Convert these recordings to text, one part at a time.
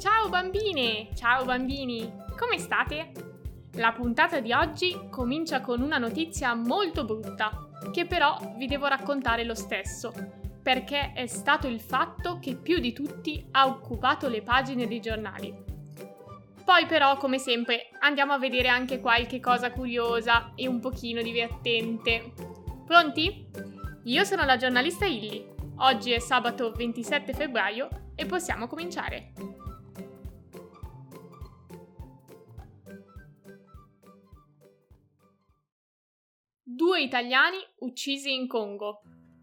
Ciao bambine! Ciao bambini! Come state? La puntata di oggi comincia con una notizia molto brutta, che però vi devo raccontare lo stesso, perché è stato il fatto che più di tutti ha occupato le pagine dei giornali. Poi però, come sempre, andiamo a vedere anche qualche cosa curiosa e un pochino divertente. Pronti? Io sono la giornalista Illy. Oggi è sabato 27 febbraio e possiamo cominciare. Due italiani uccisi in Congo.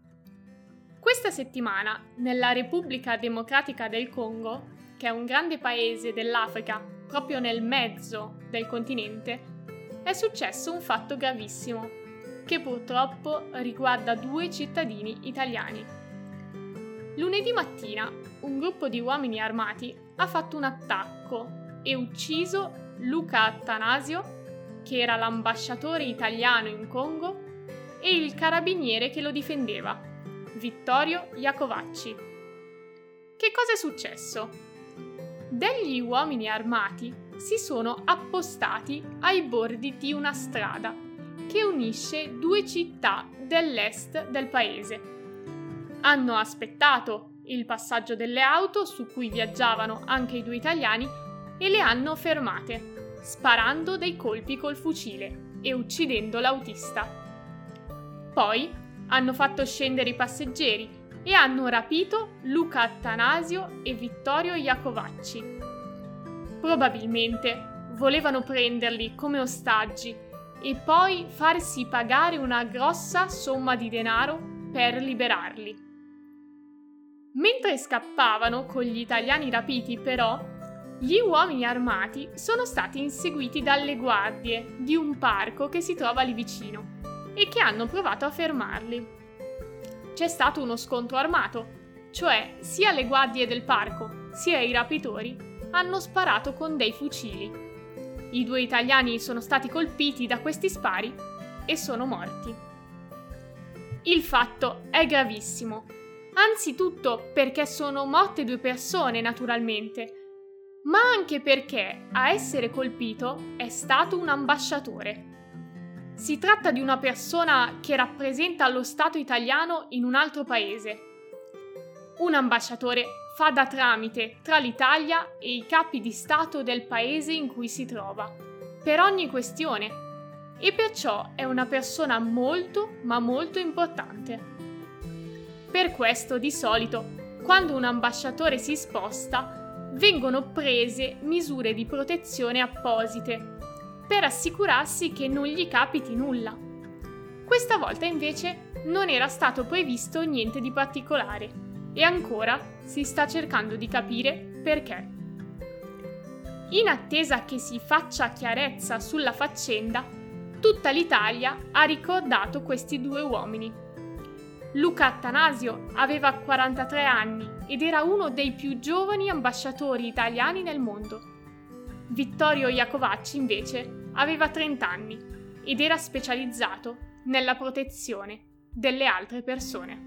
Questa settimana, nella Repubblica Democratica del Congo, che è un grande paese dell'Africa, proprio nel mezzo del continente, è successo un fatto gravissimo, che purtroppo riguarda due cittadini italiani. Lunedì mattina, un gruppo di uomini armati ha fatto un attacco e ucciso Luca Attanasio, che era l'ambasciatore italiano in Congo, e il carabiniere che lo difendeva, Vittorio Iacovacci. Che cosa è successo? Degli uomini armati si sono appostati ai bordi di una strada che unisce due città dell'est del paese. Hanno aspettato il passaggio delle auto su cui viaggiavano anche i due italiani e le hanno fermate, sparando dei colpi col fucile e uccidendo l'autista. Poi hanno fatto scendere i passeggeri e hanno rapito Luca Attanasio e Vittorio Iacovacci. Probabilmente volevano prenderli come ostaggi e poi farsi pagare una grossa somma di denaro per liberarli. Mentre scappavano con gli italiani rapiti, però, gli uomini armati sono stati inseguiti dalle guardie di un parco che si trova lì vicino e che hanno provato a fermarli. C'è stato uno scontro armato, cioè sia le guardie del parco sia i rapitori hanno sparato con dei fucili. I due italiani sono stati colpiti da questi spari e sono morti. Il fatto è gravissimo. Anzitutto perché sono morte due persone, naturalmente, ma anche perché a essere colpito è stato un ambasciatore. Si tratta di una persona che rappresenta lo Stato italiano in un altro paese. Un ambasciatore fa da tramite tra l'Italia e i capi di Stato del paese in cui si trova, per ogni questione, e perciò è una persona molto, ma molto importante. Per questo, di solito, quando un ambasciatore si sposta, vengono prese misure di protezione apposite per assicurarsi che non gli capiti nulla. Questa volta invece non era stato previsto niente di particolare e ancora si sta cercando di capire perché. In attesa che si faccia chiarezza sulla faccenda, tutta l'Italia ha ricordato questi due uomini. Luca Attanasio aveva 43 anni ed era uno dei più giovani ambasciatori italiani nel mondo. Vittorio Iacovacci, invece, aveva 30 anni ed era specializzato nella protezione delle altre persone.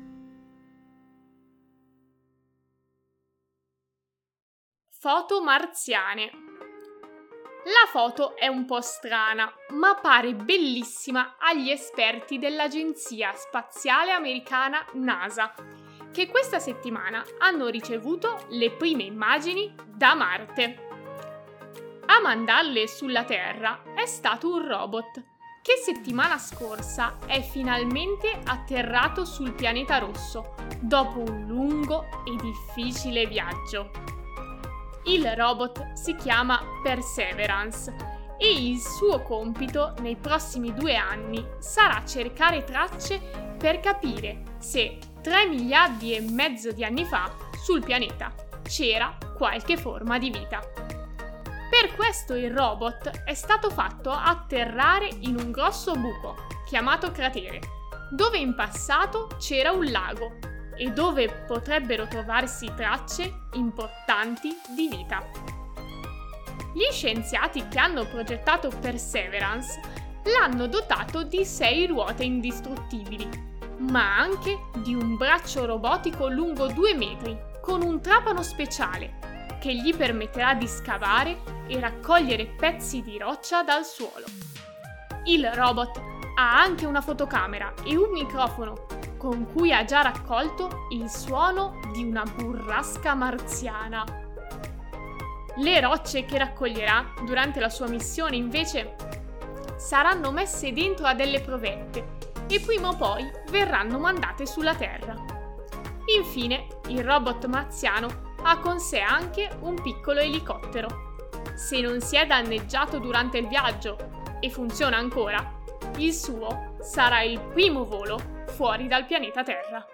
Foto marziane. La foto è un po' strana, ma pare bellissima agli esperti dell'Agenzia Spaziale Americana NASA, che questa settimana hanno ricevuto le prime immagini da Marte. A mandarle sulla Terra è stato un robot, che settimana scorsa è finalmente atterrato sul pianeta rosso, dopo un lungo e difficile viaggio. Il robot si chiama Perseverance e il suo compito nei prossimi 2 anni sarà cercare tracce per capire se 3 miliardi e mezzo di anni fa sul pianeta c'era qualche forma di vita. Per questo il robot è stato fatto atterrare in un grosso buco, chiamato cratere, dove in passato c'era un lago e dove potrebbero trovarsi tracce importanti di vita. Gli scienziati che hanno progettato Perseverance l'hanno dotato di 6 ruote indistruttibili, ma anche di un braccio robotico lungo 2 metri, con un trapano speciale, che gli permetterà di scavare e raccogliere pezzi di roccia dal suolo. Il robot ha anche una fotocamera e un microfono con cui ha già raccolto il suono di una burrasca marziana. Le rocce che raccoglierà durante la sua missione, invece, saranno messe dentro a delle provette e prima o poi verranno mandate sulla Terra. Infine, il robot marziano ha con sé anche un piccolo elicottero. Se non si è danneggiato durante il viaggio e funziona ancora, il suo sarà il primo volo fuori dal pianeta Terra.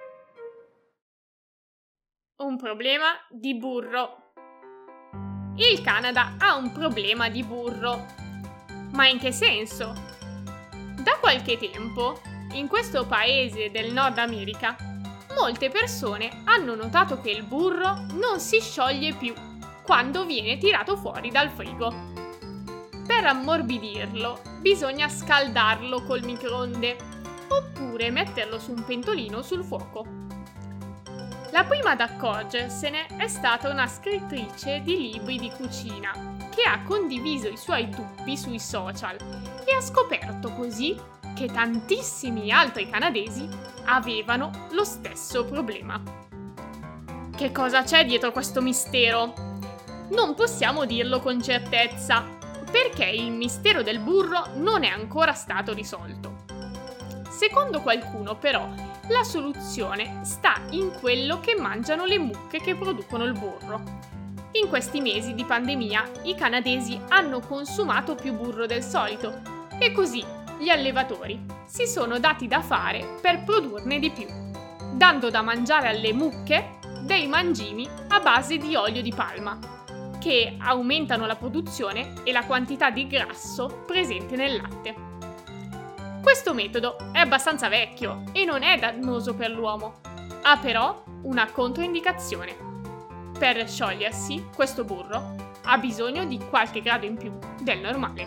Un problema di burro. Il Canada ha un problema di burro. Ma in che senso? Da qualche tempo, in questo paese del Nord America, molte persone hanno notato che il burro non si scioglie più quando viene tirato fuori dal frigo. Per ammorbidirlo, bisogna scaldarlo col microonde oppure metterlo su un pentolino sul fuoco. La prima ad accorgersene è stata una scrittrice di libri di cucina che ha condiviso i suoi dubbi sui social e ha scoperto così che tantissimi altri canadesi avevano lo stesso problema. Che cosa c'è dietro questo mistero? Non possiamo dirlo con certezza, perché il mistero del burro non è ancora stato risolto. Secondo qualcuno, però, la soluzione sta in quello che mangiano le mucche che producono il burro. In questi mesi di pandemia i canadesi hanno consumato più burro del solito e così gli allevatori si sono dati da fare per produrne di più, dando da mangiare alle mucche dei mangimi a base di olio di palma, che aumentano la produzione e la quantità di grasso presente nel latte. Questo metodo è abbastanza vecchio e non è dannoso per l'uomo, ha però una controindicazione. Per sciogliersi, questo burro ha bisogno di qualche grado in più del normale.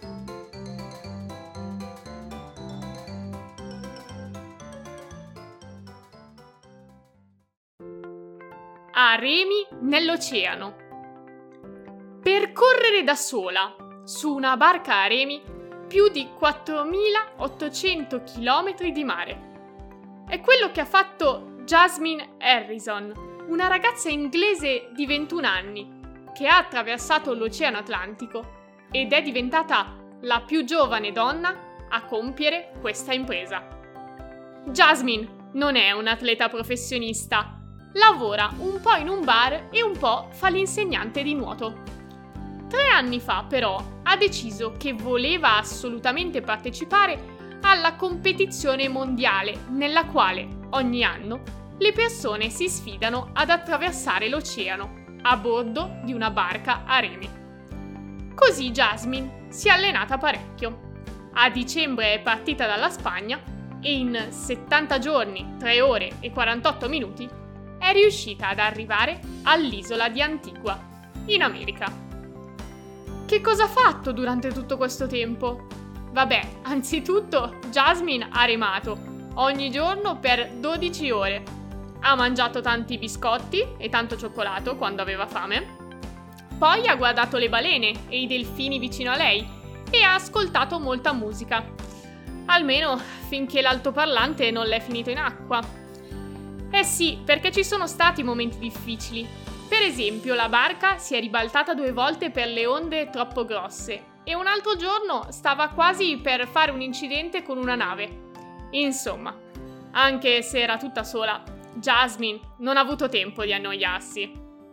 A remi nell'oceano. Per correre da sola su una barca a remi più di 4.800 km di mare. È quello che ha fatto Jasmine Harrison, una ragazza inglese di 21 anni che ha attraversato l'Oceano Atlantico ed è diventata la più giovane donna a compiere questa impresa. Jasmine non è un'atleta professionista, lavora un po' in un bar e un po' fa l'insegnante di nuoto. 3 anni fa, però, ha deciso che voleva assolutamente partecipare alla competizione mondiale nella quale, ogni anno, le persone si sfidano ad attraversare l'oceano a bordo di una barca a remi. Così Jasmine si è allenata parecchio. A dicembre è partita dalla Spagna e in 70 giorni, 3 ore e 48 minuti è riuscita ad arrivare all'isola di Antigua, in America. Che cosa ha fatto durante tutto questo tempo? Vabbè, anzitutto Jasmine ha remato ogni giorno per 12 ore. Ha mangiato tanti biscotti e tanto cioccolato quando aveva fame. Poi ha guardato le balene e i delfini vicino a lei e ha ascoltato molta musica. Almeno finché l'altoparlante non l'è finito in acqua. Eh sì, perché ci sono stati momenti difficili. Per esempio, la barca si è ribaltata 2 volte per le onde troppo grosse e un altro giorno stava quasi per fare un incidente con una nave. Insomma, anche se era tutta sola, Jasmine non ha avuto tempo di annoiarsi.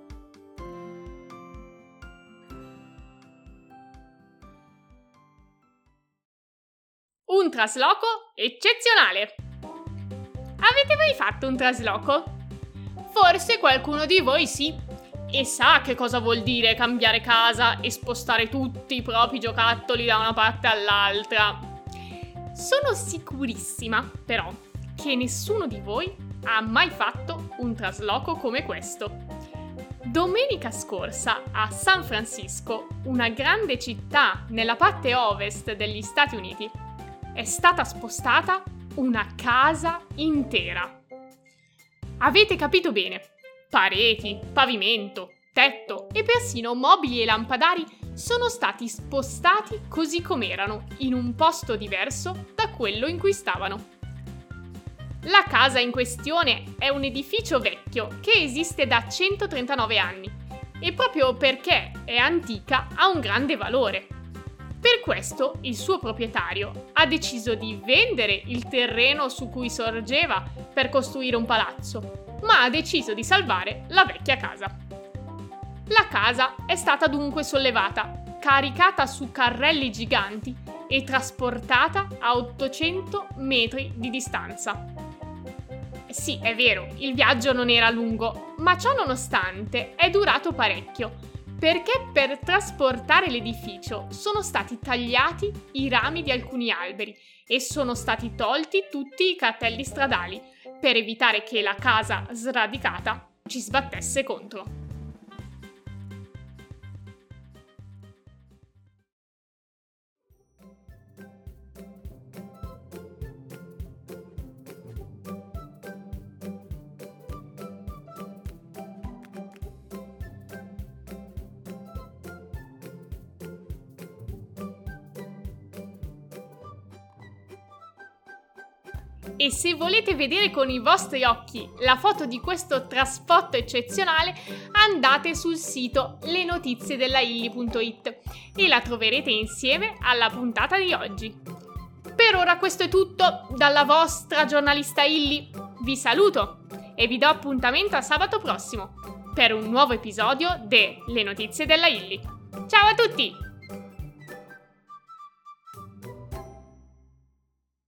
Un trasloco eccezionale! Avete mai fatto un trasloco? Forse qualcuno di voi sì, e sa che cosa vuol dire cambiare casa e spostare tutti i propri giocattoli da una parte all'altra. Sono sicurissima, però, che nessuno di voi ha mai fatto un trasloco come questo. Domenica scorsa a San Francisco, una grande città nella parte ovest degli Stati Uniti, è stata spostata una casa intera. Avete capito bene. Pareti, pavimento, tetto e persino mobili e lampadari sono stati spostati così com'erano, in un posto diverso da quello in cui stavano. La casa in questione è un edificio vecchio che esiste da 139 anni e proprio perché è antica ha un grande valore. Per questo il suo proprietario ha deciso di vendere il terreno su cui sorgeva per costruire un palazzo, ma ha deciso di salvare la vecchia casa. La casa è stata dunque sollevata, caricata su carrelli giganti e trasportata a 800 metri di distanza. Sì, è vero, il viaggio non era lungo, ma ciò nonostante è durato parecchio, perché per trasportare l'edificio sono stati tagliati i rami di alcuni alberi e sono stati tolti tutti i cartelli stradali, per evitare che la casa sradicata ci sbattesse contro. E se volete vedere con i vostri occhi la foto di questo trasporto eccezionale, andate sul sito lenotiziedellailly.it e la troverete insieme alla puntata di oggi. Per ora questo è tutto dalla vostra giornalista Illy. Vi saluto e vi do appuntamento a sabato prossimo per un nuovo episodio de Le Notizie della Illy. Ciao a tutti!